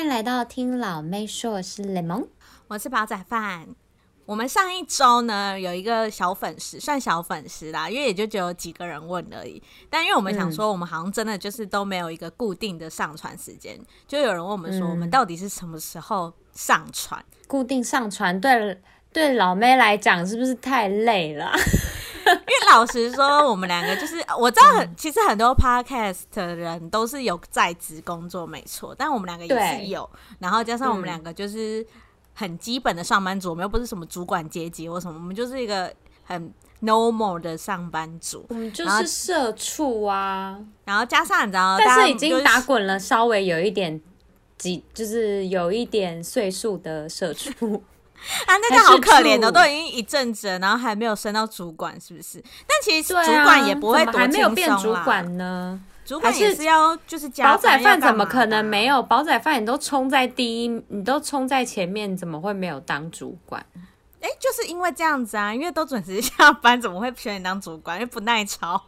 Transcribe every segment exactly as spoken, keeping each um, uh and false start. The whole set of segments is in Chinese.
迎来到听老妹说，我是雷蒙， 我是煲仔饭。我们上一周呢有一个小粉丝，算小粉丝啦，因为也就只有几个人问而已。但因为我们想说，我们好像真的就是都没有一个固定的上传时间，就有人问我们说，我们到底是什么时候上传？ 固定上传对对老妹来讲是不是太累了？ 因为老实说，我们两个就是我知道很，其实很多 podcast 的人都是有在职工作，没错，但我们两个也是有，然后加上我们两个就是很基本的上班族，我们又不是什么主管阶级或什么，我们就是一个很 normal 的上班族， 我们就是社畜啊。 然后加上你知道， 但是已经打滚了，稍微有一点几，就是有一点岁数的社畜。 啊，那个好可怜的，都已经一阵子了，然后还没有升到主管，是不是？但其实主管也不会多轻松啦、啊、 还没有变主管呢？ 主管也是要就是加班。 煲仔饭怎么可能没有？煲仔饭你都冲在第一，你都冲在前面，怎么会没有当主管？ 哎、欸，就是因为这样子啊，因为都准时下班，怎么会选你当主管？因为不耐操。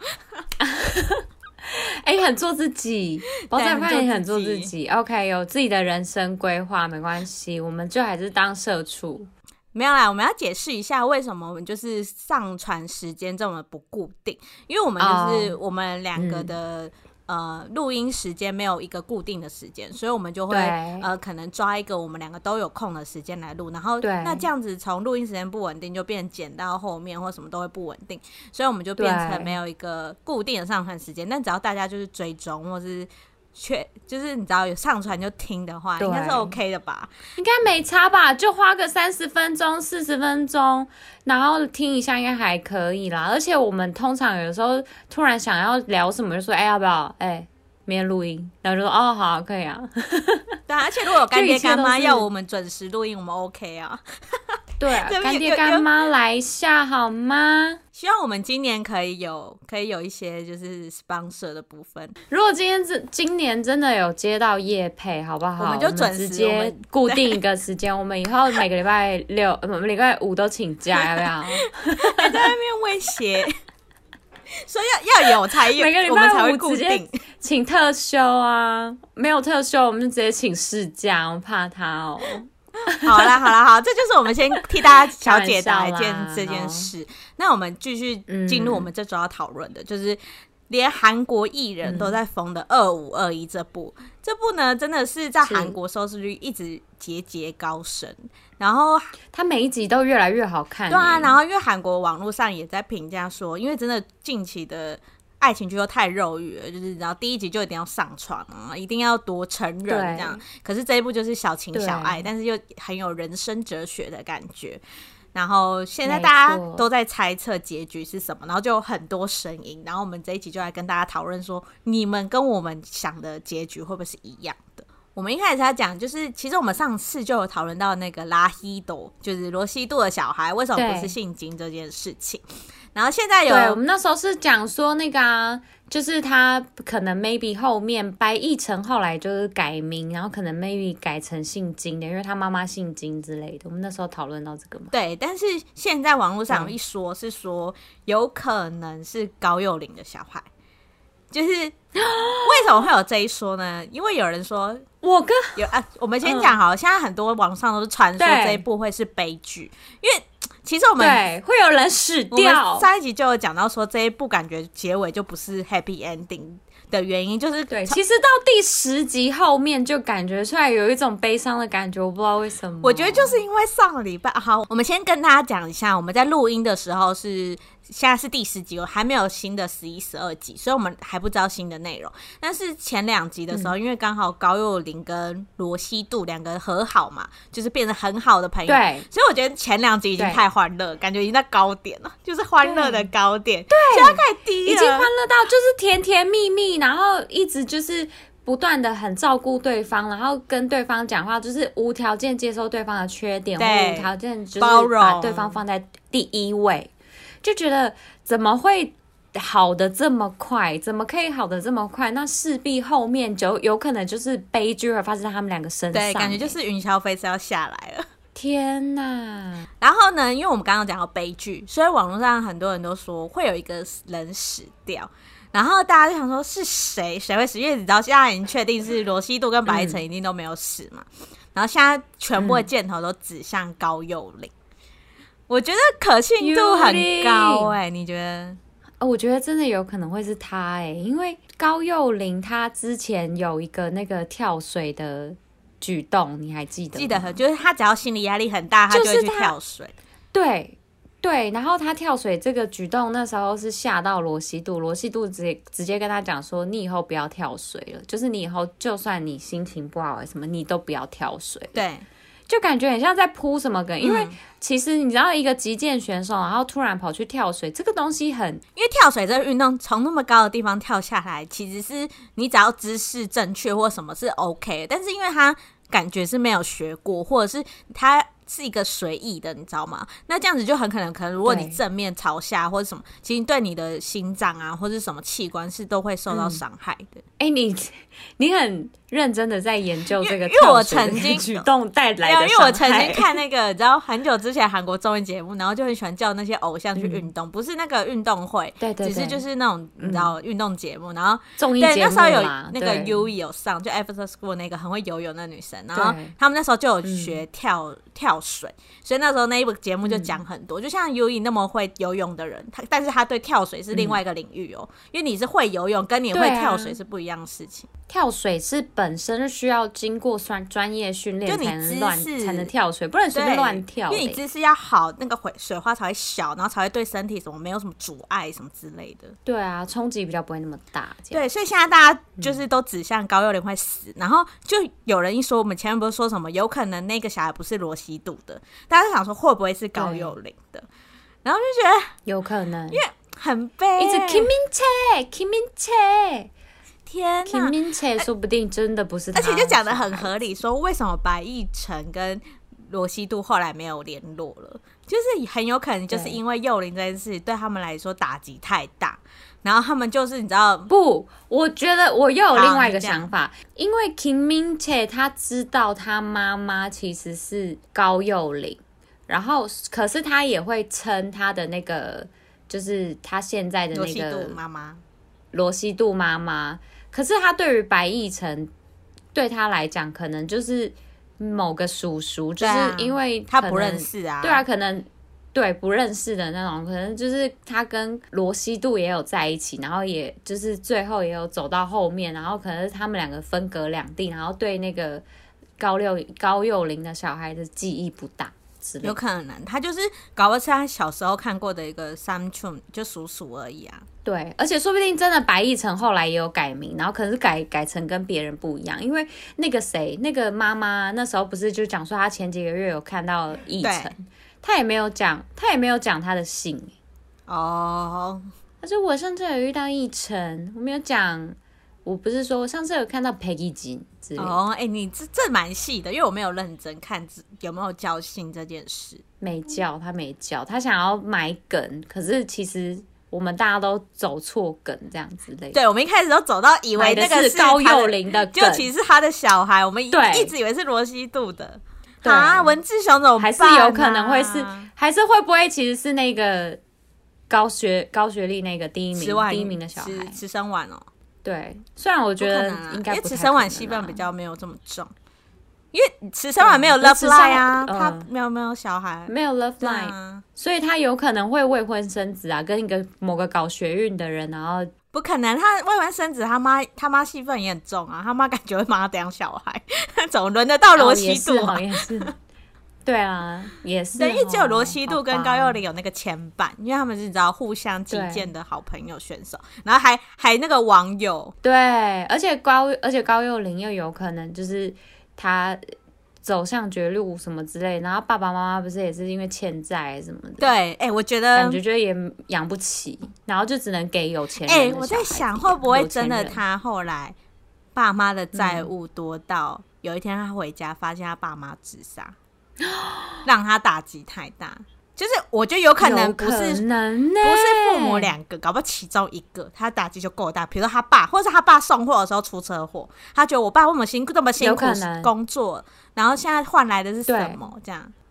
哎、欸，很做自己，煲仔饭也很做自己。OK， 有自己的人生规划没关系，我们就还是当社畜。 没有啦，我们要解释一下为什么我们就是上传时间这么不固定，因为我们就是我们两个的、oh, 呃录音时间没有一个固定的时间，所以我们就会呃可能抓一个我们两个都有空的时间来录，然后那这样子从录音时间不稳定就变剪到后面或什么都会不稳定，所以我们就变成没有一个固定的上传时间。但只要大家就是追踪或是确就是你知道有上传就听的话，应该是 OK 的吧？ 应该没差吧？就花个三十分钟、四十分钟，然后听一下应该还可以啦。而且我们通常有时候突然想要聊什么，就说：“哎、欸，要不要？哎、欸，明天录音。”然后就说：“哦，好、啊，可以啊。” 对啊，而且如果有干爹干妈要我们准时录音，我们 OK 啊。 对啊，干爹干妈来一下好吗？ 希望我们今年可以有可以有一些就是 sponsor 的部分。 如果今天今年真的有接到业配，好不好？ 我们就准时， 直接固定一个时间。我们以后每个礼拜六、每个礼拜五都请假，要不要？ 还在那边威胁，说要要有才有， 每个礼我们才拜会固五直接定请特休啊！没有特休，我们就直接请事假，我怕他哦。 好啦好啦好，这就是我们先替大家小解答一件这件事。那我们继续进入我们这周要讨论的、嗯，就是连韩国艺人都在疯的二五二一这部、嗯，这部呢真的是在韩国收视率一直节节高升，然后它每一集都越来越好看。 对啊，然后因为韩国网络上也在评价说，因为真的近期的爱情剧都太肉欲了，就是然后第一集就一定要上床啊，一定要多成人这样。可是这一部就是小情小爱，但是又很有人生哲学的感觉。然后现在大家都在猜测结局是什么，然后就有很多声音。然后我们这一集就来跟大家讨论说，你们跟我们想的结局会不会是一样的？我们一开始要讲，就是其实我们上次就有讨论到那个拉希斗，就是罗西度的小孩为什么不是姓金这件事情。然后现在有， 对，我们那时候是讲说那个啊，就是他可能 maybe 后面白亦晨后来就是改名，然后可能 maybe 改成姓金的，因为他妈妈姓金之类的。我们那时候讨论到这个嘛。 对，但是现在网络上有一说是说有可能是高幼霖的小孩，就是为什么会有这一说呢？因为有人说我跟有啊，我们先讲好了、嗯，现在很多网上都是传说这一部会是悲剧，因为其实我们对会有人死掉。 我们上一集就有讲到说这一部感觉结尾就不是 happy ending 的原因，就是对，其实到第十集后面就感觉出来有一种悲伤的感觉，我不知道为什么。 我觉得就是因为上个礼拜，好，我们先跟大家讲一下，我们在录音的时候是现在是第十集，还没有新的十一、十二集，所以我们还不知道新的内容。但是前两集的时候，嗯、因为刚好高幼霖跟罗西度两个和好嘛，就是变成很好的朋友， 对， 所以我觉得前两集已经太欢乐，感觉已经在高点了，就是欢乐的高点， 对， 现在太低了， 已经欢乐到就是甜甜蜜蜜，然后一直就是不断的很照顾对方，然后跟对方讲话就是无条件接受对方的缺点，或无条件就是把对方放在第一位，就觉得怎么会好的这么快，怎么可以好的这么快？那势必后面就有可能就是悲剧会发生在他们两个身上， 对，感觉就是云霄飞车要下来了。 天哪！ 然后呢，因为我们刚刚讲到悲剧，所以网络上很多人都说会有一个人死掉。 然后大家就想说是谁谁会死，因为你知道现在已经确定是罗西度跟白亦晨一定都没有死嘛、嗯、然后现在全部的箭头都指向高幼霖、嗯、我觉得可信度很高哎、欸，你觉得？ 我觉得真的有可能会是他哎、欸，因为高幼霖他之前有一个那个跳水的举动，你还记得吗？ 记得，就是他只要心理压力很大，他就会去跳水。就是、 对对，然后他跳水这个举动，那时候是吓到罗西度，罗西度直接直接跟他讲说：“你以后不要跳水了，就是你以后就算你心情不好什么，你都不要跳水。” 对。 就感觉很像在铺什么梗，因为其实你知道一个击剑选手，然后突然跑去跳水，这个东西很， 因为跳水这个运动从那么高的地方跳下来，其实是你只要姿势正确或什么是 OK 的，但是因为他感觉是没有学过，或者是他是一个随意的，你知道吗？那这样子就很可能，可能如果你正面朝下或者什么，其实对你的心脏啊或者什么器官是都会受到伤害的。 哎、嗯欸，你你很认真的在研究这个因为我曾经举动带来的伤害， 因为我曾经看那个，你知道很久之前韩国综艺节目，然后就很喜欢叫那些偶像去运动、嗯，不是那个运动会， 对对对， 只是就是那种你知道运动节目，然后综艺节目对那时候有那个 U E 有上，就 After School 那个很会游泳的女生，然后他们那时候就有学跳、嗯、跳水，所以那时候那一部节目就讲很多、嗯，就像 U E 那么会游泳的人，他但是他对跳水是另外一个领域哦、喔嗯，因为你是会游泳跟你会跳水是不一样的事情。 跳水是本身需要经过算专业训练才能乱才能跳水，不能随便乱跳、欸。 因为你姿势要好，那个水花才会小，然后才会对身体什么没有什么阻碍什么之类的。 对啊，冲击比较不会那么大。 对，所以现在大家就是都指向高幼霖会死、嗯，然后就有人一说，我们前面不是说什么有可能那个小孩不是罗西度的，大家就想說會不會是高幼霖的，然後就覺得有可能， 因為很悲。 一直 Kim Min Chae，Kim Min Chae， 天哪 ，Kim Min Chae說不定真的不是他， 而且就講得很合理，說為什麼白亦晨跟羅西度後來沒有聯絡了，就是很有可能就是因為幼霖這件事對他們來說打擊太大。然後他們就是你知道不，我覺得我又有另外一個想法，因為 Kim Min Chae 他知道他媽媽其實是高幼霖，然後可是他也會稱他的那個就是他現在的那個羅西度媽媽，羅西度媽媽，可是他對於白亦晨對他來講可能就是某個叔叔，就是因為他不認識啊， 對啊，可能對不認識的那種，可能就是他跟羅西度也有在一起，然後也就是最後也有走到後面，然後可能是他們兩個分隔兩地，然後對那個高幼高幼霖的小孩的記憶不大之類的， 有可能他就是搞不好是他小時候看過的一個삼촌就叔叔而已啊。 對，而且說不定真的白亦晨後來也有改名，然後可能是改改成跟別人不一樣，因為那個誰那個媽媽那時候不是就講說他前幾個月有看到亦晨，他也沒有講，他也沒有講他的姓哦。他說我上次有遇到亦晨，我沒有講，我不是說我上次有看到Peggy金之類的。 哦，哎、欸，你這這蠻細的，因為我沒有認真看有沒有叫姓這件事。 沒叫，他沒叫，他想要買梗，可是其實我們大家都走錯梗這樣之類的。 對，我們一開始都走到以為那個是高幼霖的梗， 就其實是他的小孩，我們一直以為是羅西度的。啊，文志雄怎麼辦啊？ 還是有可能會是，還是會不會其實是那個高學高學歷那個第一名第一名的小孩池生晚哦？ 對，雖然我覺得應該不太可能啊， 因為池生晚戲份比較沒有這麼重，因為池生晚沒有 Love Line 啊，他沒有沒有小孩， 沒有 Love Line，啊，所以他有可能會未婚生子啊，跟一個某個搞學運的人，然後。 不可能，他未婚生子，他媽他媽戲份也很重啊，他媽感覺會把他當小孩，怎麼輪得到羅西度啊？ 哦，也是，也是對啊，也是。 對，因為只有羅西度跟高幼霖有那個牽絆，因為他們是你知道互相擊劍的好朋友選手，然後還還那個網友。 對，而且高而且高幼霖又有可能就是他走向絕路什麼之類，然後爸爸媽媽不是也是因為欠債什麼的， 對，哎、欸，我覺得感覺覺得也養不起，然後就只能給有錢人的小孩。哎、欸， 我在想會不會真的他後來爸媽的債務多到、嗯、有一天他回家發現他爸媽自殺，讓他打擊太大。就是我覺得有可能不是， 有可能欸， 不是父母兩個，搞不好其中一個他打擊就夠大。比如說他爸，或者是他爸送貨的時候出車禍，他覺得我爸那麼辛苦，這麼辛苦工作，然後現在換來的是什麼？這樣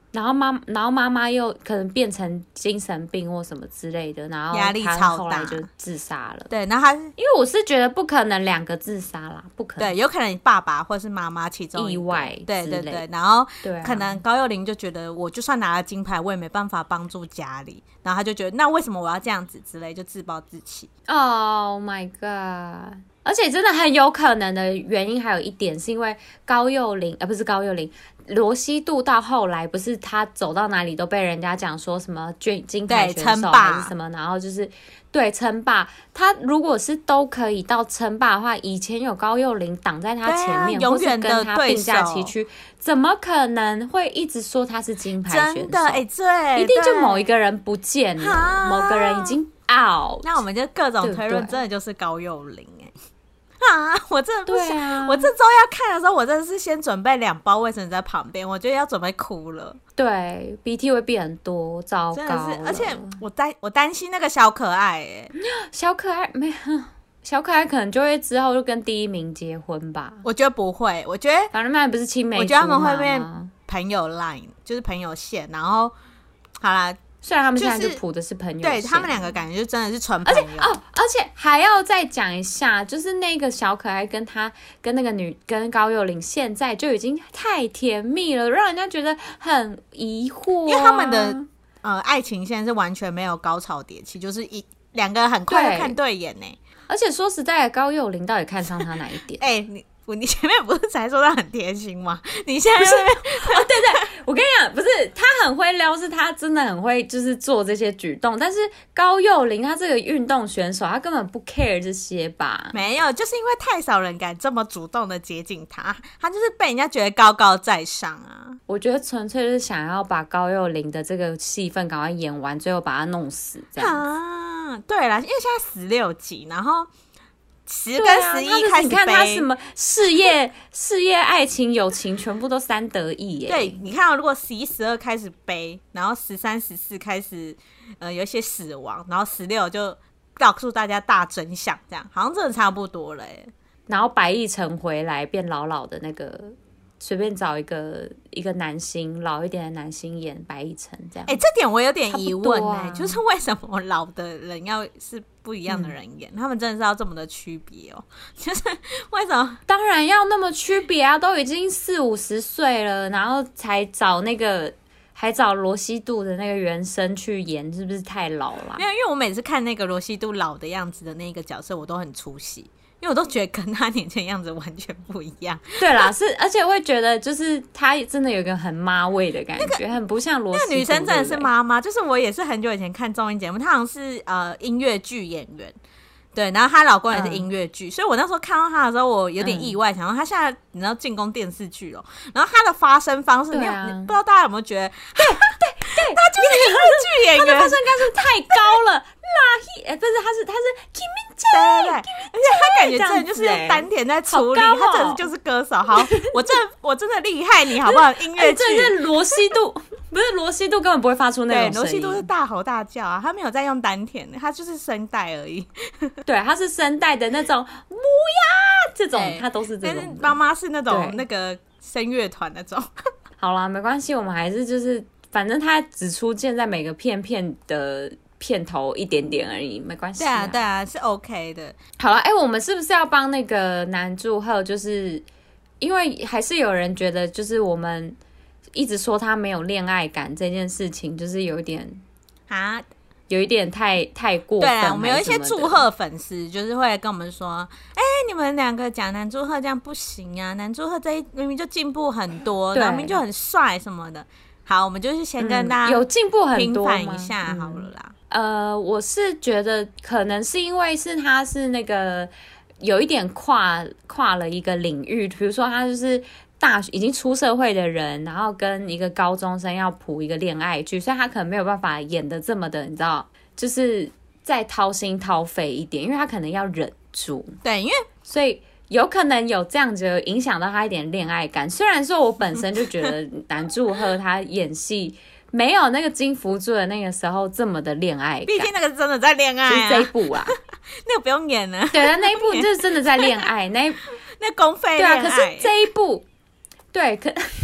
然后妈，然后妈妈又可能变成精神病或什么之类的，然后压力超大， 他后来就自杀了。 对，然后他因为我是觉得不可能两个自杀啦，不可能。 对，有可能爸爸或是妈妈其中一个意外， 对对对。然后对、啊、 可能高幼霖就觉得，我就算拿了金牌，我也没办法帮助家里，然后他就觉得，那为什么我要这样子之类，就自暴自弃。 Oh my god！而且真的很有可能的原因还有一点，是因为高幼霖，呃，不是高幼霖。罗希度到后来不是他走到哪里都被人家讲说什么金金牌选手还是什么，然后就是对称霸。他如果是都可以到称霸的话，以前有高幼霖挡在他前面， 啊、 或是跟他并驾齐驱，怎么可能会一直说他是金牌选手？ 真的，哎、欸，对， 一定就某一个人不见了，某个人已经 out。 那我们就各种推论，真的就是高幼霖哎。啊！我真的不想、 啊， 我这周要看的时候，我真的是先准备两包卫生纸在旁边，我觉得要准备哭了。 对，鼻涕会变很多，糟糕。 真的是，而且我担我担心那个小可爱、欸，哎， 小可爱没有，小可爱可能就会之后就跟第一名结婚吧。 我觉得不会，我觉得反正他们不是青梅竹马吗？ 我觉得他们会变朋友 line， 就是朋友线，然后好啦。 虽然他们现在就谱的是朋友、就是、 对他们两个感觉就真的是纯朋友， 而且哦，而且还要再讲一下，就是那个小可爱跟他跟那个女跟高幼霖现在就已经太甜蜜了，让人家觉得很疑惑、啊， 因为他们的呃爱情线是完全没有高潮迭起，就是一两个很快就看对眼呢、欸。 而且说实在的，高幼霖到底看上他哪一点？ 哎、欸，你。你前面不是才说他很贴心吗？你现在是哦，对对，我跟你讲，不是他很会撩，是他真的很会就是做这些举动。但是高幼霖他这个运动选手，他根本不 care 这些吧？ 没有，就是因为太少人敢这么主动的接近他，他就是被人家觉得高高在上啊。 我觉得纯粹就是想要把高幼霖的这个戏份赶快演完，最后把他弄死这样子。 啊，对啦，因为现在十六集，然后。十跟十一开始、啊、 你看他什么事业、事业、爱情、友情，全部都三得意耶。 对，你看、哦，如果十一、十二开始背，然后十三、十四开始呃有一些死亡，然后十六就告诉大家大真相，这样好像真的差不多了耶。 然后白亦晨回来变老老的那个。随便找一个一个男星，老一点的男星演白亦晨这样。 哎、欸，这点我有点疑问哎、欸啊，就是为什么老的人要是不一样的人演、嗯？他们真的是要这么的区别哦？就是为什么？ 当然要那么区别啊！都已经四五十岁了，然后才找那个，还找罗希度的那个原声去演，是不是太老了？ 没有，因为我每次看那个罗希度老的样子的那个角色，我都很出戏。因为我都觉得跟他年轻的样子完全不一样。 对啦，是，而且会觉得就是他真的有一个很妈味的感觉，那個、很不像罗希度。 那個、女生真的是妈妈，就是我也是很久以前看综艺节目，她好像是呃音乐剧演员，对，然后她老公也是音乐剧、嗯，所以我那时候看到她的时候，我有点意外，嗯、想说她现在你知道进攻电视剧了，然后她的发声方式，啊、你, 你不知道大家有没有觉得？对对对，她就是音乐剧演员， 她的发声感是太高了。拉希，哎，不是，他是他是 Kimi J， 对对对，而且他感觉真的就是用丹田在处理，哦、他真的就是歌手。好，我真的我真的厉害你好不好？音乐剧， 这是罗希度，不是罗希度根本不会发出那种声音。 对，罗希度是大吼大叫啊，他没有在用丹田，他就是声带而已。 对，他是声带的那种，不呀，这种他都是这种。但是妈妈是那种那个声乐团那种。 好啦，没关系，我们还是就是，反正他只出现在每个片片的。片头一点点而已，没关系、啊。 对啊，对啊，是 OK 的。 好了，哎、欸，我们是不是要帮那个男祝贺？就是因为还是有人觉得，就是我们一直说他没有恋爱感这件事情，就是有一点啊， 有一点太太过分。 对啊，我们有一些祝贺粉丝，就是会跟我们说，哎、欸，你们两个讲男祝贺这样不行啊，男祝贺这一明明就进步很多，明明就很帅什么的。好，我们就是先跟大家、 嗯、有进步很多平反一下好了啦。 嗯、呃，我是觉得可能是因为是他是那个有一点跨跨了一个领域，比如说他就是大已经出社会的人，然后跟一个高中生要谱一个恋爱剧，所以他可能没有办法演得这么的，你知道，就是再掏心掏肺一点，因为他可能要忍住。 对，因为所以。有可能有这样子影响到他一点恋爱感，虽然说我本身就觉得男祝贺他演戏没有那个金福珠的那个时候这么的恋爱感， 毕竟那个真的在恋爱、啊， 就是这一部啊， 那个不用演了。 对，那一部就是真的在恋爱，那那公费恋爱。 对啊，可是这一部，对，可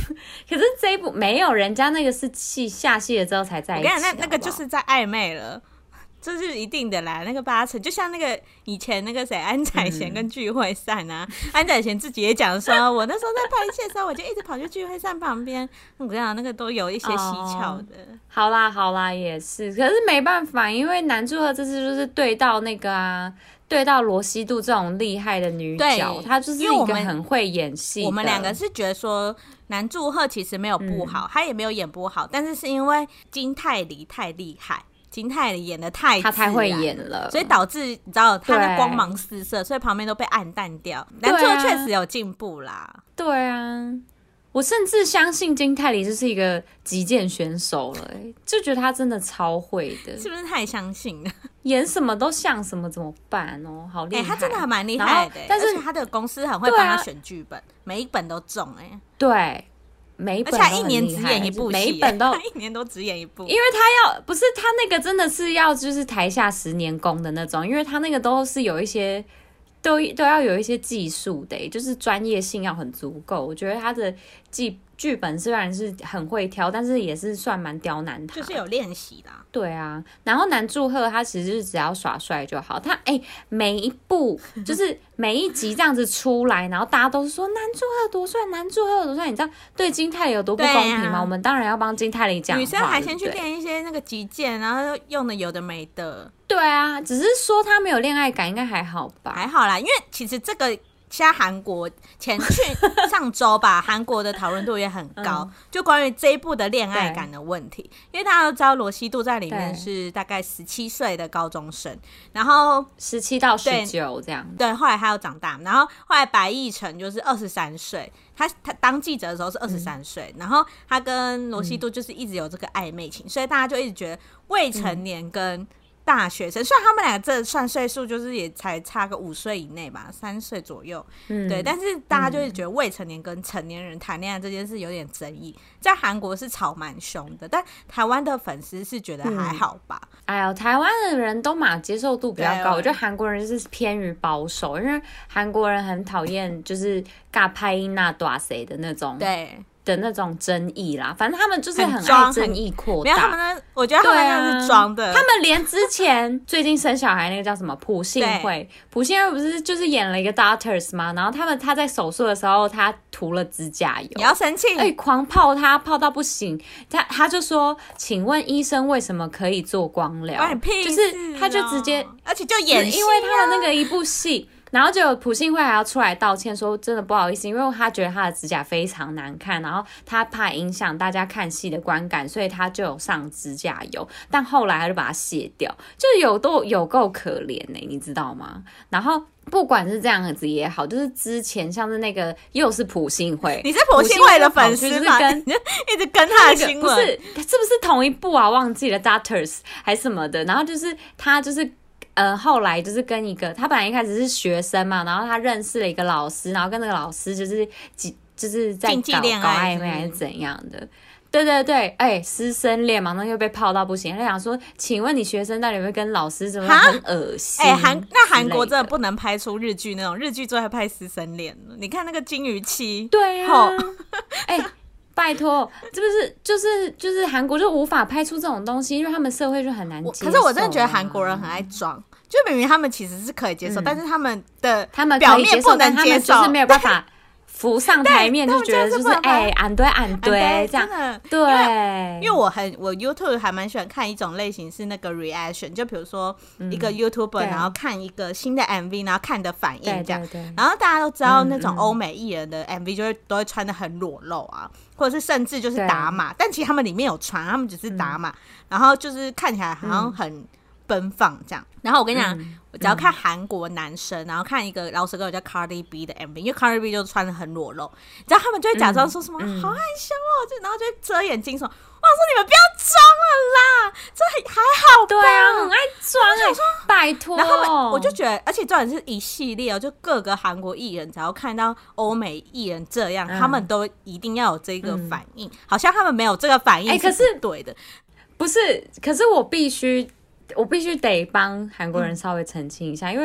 可是这一部没有，人家那个是戏下戏了之后才在一起。 我跟你讲，那那个好不好就是在暧昧了。这是一定的啦，那个八成就像那个以前那个谁安宰贤跟聚会散啊，嗯、安宰贤自己也讲说，我那时候在拍戏的时候，我就一直跑去聚会散旁边。我跟你讲，那个都有一些蹊跷的、哦。 好啦好啦，也是，可是没办法，因为南柱赫这次就是对到那个啊，对到罗西度这种厉害的女角，她就是一个很会演戏的。 我们两个是觉得说南柱赫其实没有不好，他、嗯、也没有演不好，但是是因为金泰梨太厉害。金泰梨演的太他太会演了， 所以导致你知道他的光芒四射，所以旁边都被暗淡掉。男主确实有进步啦。 对啊，我甚至相信金泰梨就是一个击剑选手了、欸，就觉得他真的超会的。 是不是太相信了？ 演什么都像什么，怎么办哦？好厉害！ 哎、欸，他真的还蛮厉害的、欸，但是他的公司很会帮他选剧本，啊、每一本都中哎、欸。 对。每一本都很厉害，而且他一年只演一部戏，每一本都一年都只演一部， 因为他要不是他那个真的是要就是台下十年功的那种，因为他那个都是有一些都都要有一些技术的，就是专业性要很足够。我觉得他的技剧本虽然是很会挑，但是也是算蛮刁难他， 就是有练习啦。 对啊，然后南柱赫他其实是只要耍帅就好，他哎、欸、每一部就是每一集这样子出来，然后大家都是说南柱赫多帅，南柱赫有多帅，你知道对金泰梨有多不公平吗？啊、我们当然要帮金泰梨讲话。 女生还先去练一些那个击剑，然后用的有的没的。 对啊，只是说他没有恋爱感，应该还好吧？ 还好啦，因为其实这个。现在韩国前去上周吧，韩国的讨论度也很高、嗯，就关于这一部的恋爱感的问题。因为大家都知道罗西度在里面是大概十七岁的高中生，然后十七到十九这样。 对，后来他又长大，然后后来白亦晨就是二十三岁，他他当记者的时候是二十三岁，然后他跟罗西度就是一直有这个暧昧情、嗯，所以大家就一直觉得未成年跟大学生，虽然他们两个这算岁数就是也才差个五岁以内吧，三岁左右、嗯，对，但是大家就会觉得未成年跟成年人谈恋爱这件事有点争议，在韩国是吵蛮凶的，但台湾的粉丝是觉得还好吧。嗯、 哎呦，台湾的人都嘛接受度比较高，我觉得韩国人就是偏于保守，因为韩国人很讨厌就是尬拍那大谁的那种。对。的那种争议啦，反正他们就是很爱争议扩大。 没有他们呢，我觉得他们那是装的、 啊。他们连之前最近生小孩那个叫什么朴信惠，朴信惠不是就是演了一个 Daughters 吗？然后他们他在手术的时候，他涂了指甲油， 你要生气， 哎，狂泡他，泡到不行。他他就说，请问医生为什么可以做光疗？ 关你屁事、哦！ 就是他就直接， 而且就演戏、啊， 因为他的那个一部戏。然后就朴信惠还要出来道歉，说真的不好意思，因为他觉得他的指甲非常难看，然后他怕影响大家看戏的观感，所以他就有上指甲油，但后来他就把它卸掉，就有够有够可怜呢、欸，你知道吗？然后不管是这样子也好，就是之前像是那个又是朴信惠， 你是朴信惠的粉丝吗？跟一直跟他的新闻、 那個，不是是不是同一部啊？忘记了 Daughters 还是什么的，然后就是他就是。呃，后来就是跟一个，他本来一开始是学生嘛，然后他认识了一个老师，然后跟那个老师就是就是在搞搞暧昧还是怎样的，对对对，哎、欸，师生恋嘛，那又被泡到不行。他想说，请问你学生到底会跟老师怎么很恶心？ 哎，韩、欸、那韩国真的不能拍出日剧那种，日剧最爱拍师生恋了。你看那个金鱼期， 对啊，哎。欸拜托，这不是就是就是韩国就无法拍出这种东西，因为他们社会就很难接受、啊。 可是我真的觉得韩国人很爱装，就明明他们其实是可以接受，嗯、但是他们的他们表面不能接受， 他们就是没有办法浮上台面，就觉得就是哎，俺对俺对这样。 真的对， 因为, 因为我很我 YouTube 还蛮喜欢看一种类型是那个 reaction， 就比如说一个 YouTuber、嗯、然后看一个新的 M V， 然后看你的反应这样。对对对，然后大家都知道那种欧美艺人的 M V 就会、嗯、都会穿得很裸露啊。或者是甚至就是打码，但其实他们里面有穿，他们只是打码、嗯，然后就是看起来好像很奔放这样。嗯、然后我跟你讲，嗯、我只要看韩国男生，然后看一个饶舌歌手叫 Cardi B 的 M V， 因为 Cardi B 就穿得很裸露，你知道他们就会假装说什么、嗯、好害羞哦，就然后就会遮眼睛说。我说你们不要装了啦，这还好吧？ 对啊，很爱装哎、欸，拜托。 然后他们我就觉得，而且重点是一系列哦，就各个韩国艺人只要看到欧美艺人这样、嗯，他们都一定要有这个反应，嗯、好像他们没有这个反应是不对的。 欸、不是，可是我必须，我必须得帮韩国人稍微澄清一下，嗯、因为。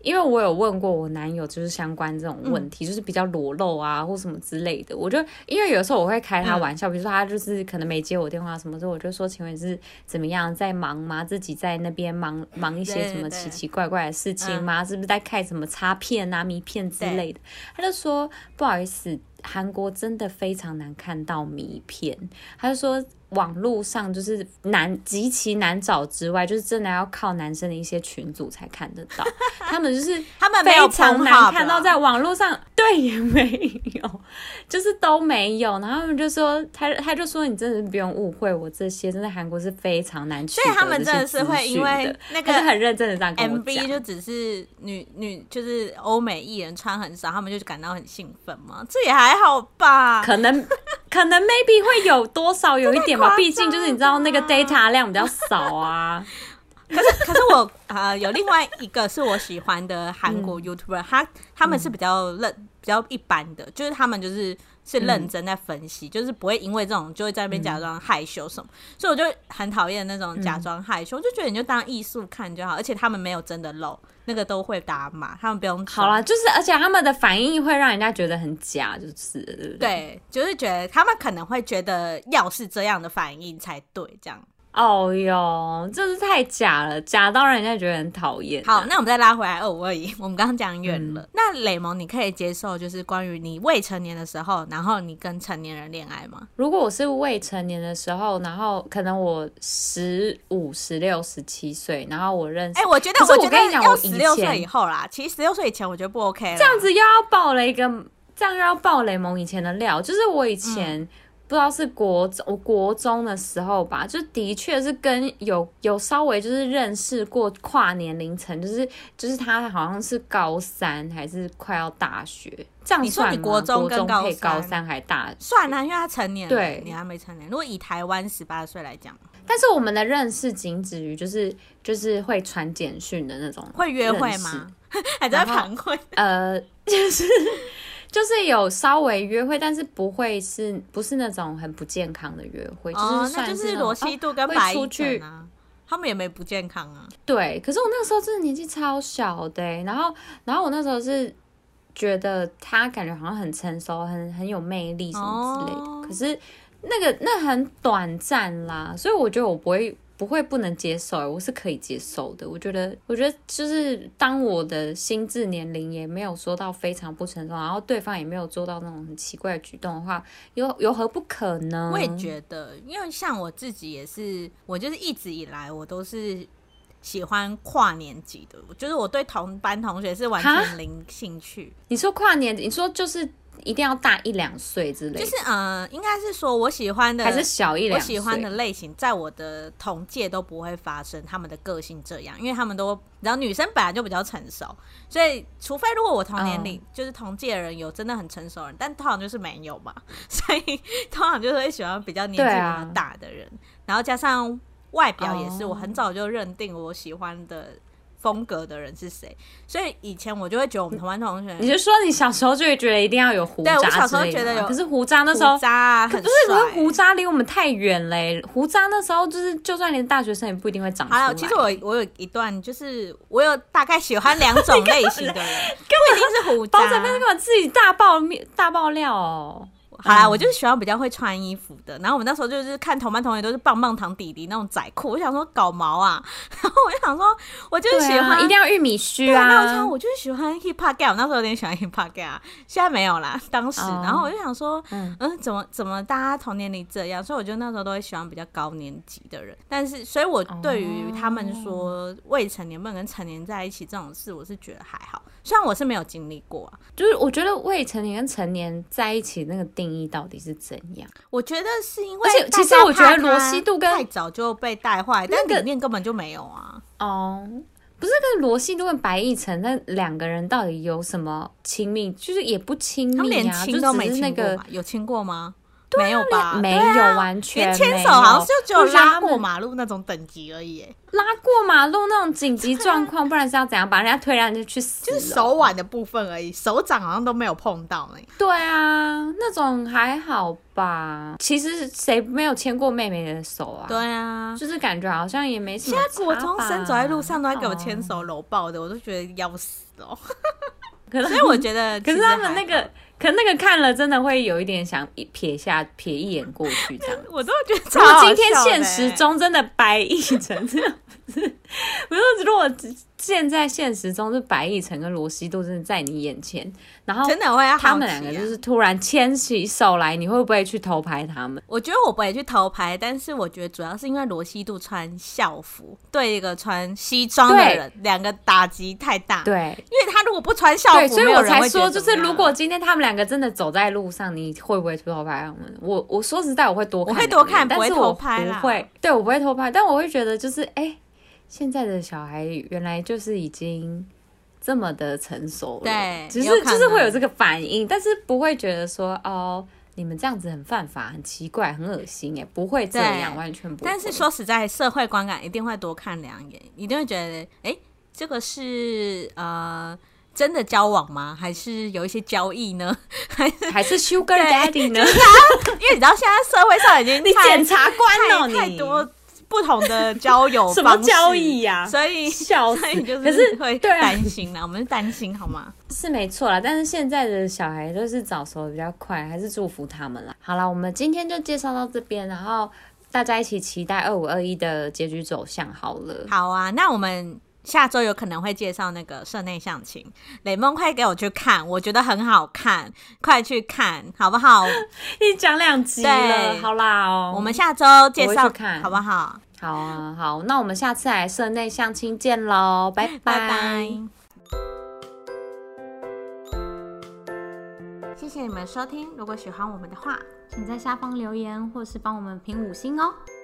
因为我有问过我男友就是相关这种问题、嗯、就是比较裸露啊或什么之类的，我就因为有时候我会开他玩笑、嗯、比如说他就是可能没接我电话什么的，我就说请问是怎么样在忙吗，自己在那边忙忙一些什么奇奇怪怪的事情吗、嗯、是不是在看什么插片啊迷片之类的，他就说不好意思，韩国真的非常难看到迷片，他就说网络上就是难极其难找之外，就是真的要靠男生的一些群组才看得到。他们就是他们非常难看到在网络上，对也没有，就是都没有。然后他们就说，他他就说你真的不用误会我这些，真的韩国是非常难取得这些资讯的。所以他们真的是会因为那个，他是很认真的这样跟我讲 M V 就只是女女就是欧美艺人穿很少，他们就感到很兴奋吗？这也还好吧， 可能可能 maybe 会有多少有一点吧，毕竟就是你知道那个 data 量比较少啊。 可是可是我呃有另外一个是我喜欢的韩国 YouTuber，、嗯、他他们是比较认、嗯、比较一般的，就是他们就是是认真在分析、嗯，就是不会因为这种就会在那边假装害羞什么、嗯，所以我就很讨厌那种假装害羞、嗯，我就觉得你就当艺术看就好，而且他们没有真的露，那个都会打码，他们不用好啦，就是而且他们的反应会让人家觉得很假，就是对不对？ 对，就是觉得他们可能会觉得要是这样的反应才对，这样。 哦哟，真是太假了，假到让人家觉得很讨厌。 好，那我们再拉回来二五二一，我们刚刚讲远了、嗯。那雷蒙，你可以接受就是关于你未成年的时候，然后你跟成年人恋爱吗？ 如果我是未成年的时候，然后可能我十五、十六、十七岁，然后我认识， 哎、欸，我觉得，我觉得要十六岁以后啦。其实十六岁以前我觉得不 OK 啦。 这样子又要爆了一个，这样又要爆雷蒙以前的料，就是我以前。嗯不知道是国中，我国中的时候吧，就的确是跟有有稍微就是认识过跨年龄层，就是就是他好像是高三还是快要大学，这样算吗？ 你说你国中跟高三， 可以高三还大学算啊，因为他成年了， 对， 你还没成年。如果以台湾十八岁来讲， 但是我们的认识仅止于就是就是会传简讯的那种， 会约会吗？还在旁会？ 呃，就是。就是有稍微约会，但是不会是不是那种很不健康的约会， 哦、 就是算是那就是罗西度跟白亦晨啊，他们也没不健康啊。 对，可是我那个时候真的年纪超小的、欸，然后然后我那时候是觉得他感觉好像很成熟，很很有魅力什么之类的，哦、可是那个那很短暂啦，所以我觉得我不会。不会不能接受，我是可以接受的。我觉得，我觉得就是当我的心智年龄也没有说到非常不成熟，然后对方也没有做到那种很奇怪的举动的话，有有何不可呢？ 我也觉得，因为像我自己也是，我就是一直以来我都是喜欢跨年级的，就是我对同班同学是完全零兴趣。 你说跨年级，你说就是。一定要大一两岁之类的， 就是呃，应该是说我喜欢的还是小一两岁， 我喜欢的类型，在我的同届都不会发生他们的个性这样，因为他们都，你知道女生本来就比较成熟，所以除非如果我同年龄、嗯、就是同届的人有真的很成熟的人，但通常就是没有嘛，所以通常就是会喜欢比较年纪比较大的人、啊，然后加上外表也是，我很早就认定我喜欢的。风格的人是谁？所以以前我就会觉得我们同班同学， 你就说你小时候就会觉得一定要有胡渣之类的， 对，我小时候觉得有， 可是胡渣那时候胡渣很帅， 不是，可是胡渣离我们太远嘞。胡渣那时候就是，就算连大学生也不一定会长出来。 好，其实我我有一段，就是我有大概喜欢两种类型的人，不一定是胡渣。 包这边干嘛自己大爆大爆料哦？ 好啦、嗯，我就是喜欢比较会穿衣服的。然后我们那时候就是看同班同学都是棒棒糖弟弟那种仔裤，我想说搞毛啊。然后我就想说，我就是喜欢、 啊、一定要玉米须啊。 那我想我就是喜欢 hip hop girl， 那时候有点喜欢 hip hop girl， 现在没有啦。当时，哦、然后我就想说，嗯嗯，怎么怎么大家同年龄这样？所以我觉得那时候都会喜欢比较高年级的人。但是，所以我对于他们说未成年不能跟成年在一起这种事，我是觉得还好。虽然我是没有经历过啊， 就是我觉得未成年跟成年在一起那个定义到底是怎样？ 我觉得是因为， 而且其实我觉得罗西度跟太早就被带坏、那個，但里面根本就没有啊。 哦，不是跟罗西度跟白亦晨那两个人到底有什么亲密？就是也不亲密啊， 他们连亲都没亲过、 那個、 有亲过吗？ 没有吧？ 没有、啊，完全连牵手好像就只有拉过马路那种等级而已。 拉过马路那种紧急状况，不然是要怎样把人家推让人家去死？ 就是手腕的部分而已，手掌好像都没有碰到呢。 对啊，那种还好吧。其实谁没有牵过妹妹的手啊？ 对啊， 就是感觉好像也没什么差吧。 现在国中生走在路上都在给我牵手搂抱的，我都觉得要死哦。 可是所以我觉得， 可是他们那个，可那个看了真的会有一点想瞥下瞥一眼过去这样。 我都觉得超好笑的。 如果今天现实中真的白亦晨这样子，我说如果现在现实中是白亦晨跟罗西度真的在你眼前，然后真的会要好奇啊， 他们两个就是突然牵起手来，你会不会去偷拍他们？ 我觉得我不会去偷拍，但是我觉得主要是因为罗西度穿校服，对一个穿西装的人，两个打击太大。 对， 因为他如果不穿校服， 对，所以我才说， 就是如果今天他们两个真的走在路上，你会不会去偷拍他们？我我说实在，我会多看， 我会多看， 但是我不会偷拍啦。 不会，对我不会偷拍，但我会觉得就是哎。欸现在的小孩原来就是已经这么的成熟了， 对， 只是就是会有这个反应，但是不会觉得说哦，你们这样子很犯法、很奇怪、很恶心，哎，不会这样，完全不会。 但是说实在，社会观感一定会多看两眼，一定会觉得，哎，这个是呃。真的交往吗？还是有一些交易呢？还是还是 Sugar Daddy 呢？ 因为你知道现在社会上已经你检察官哦，你太多不同的交友方式， 什么交易呀、啊？ 所以笑死， 可是会担心啦，我们是担心好吗？ 是没错啦，但是现在的小孩都是早熟的比较快，还是祝福他们啦。好啦，我们今天就介绍到这边，然后大家一起期待二五二一的结局走向好了。 好啊，那我们下周有可能会介绍那个社内相亲，雷梦快给我去看，我觉得很好看，快去看好不好？ 一讲两集了，好啦哦， 我们下周介绍看好不好？ 好啊，好，那我们下次来社内相亲见咯，拜拜拜拜。谢谢你们收听，如果喜欢我们的话， 请在下方留言或是帮我们评五星哦。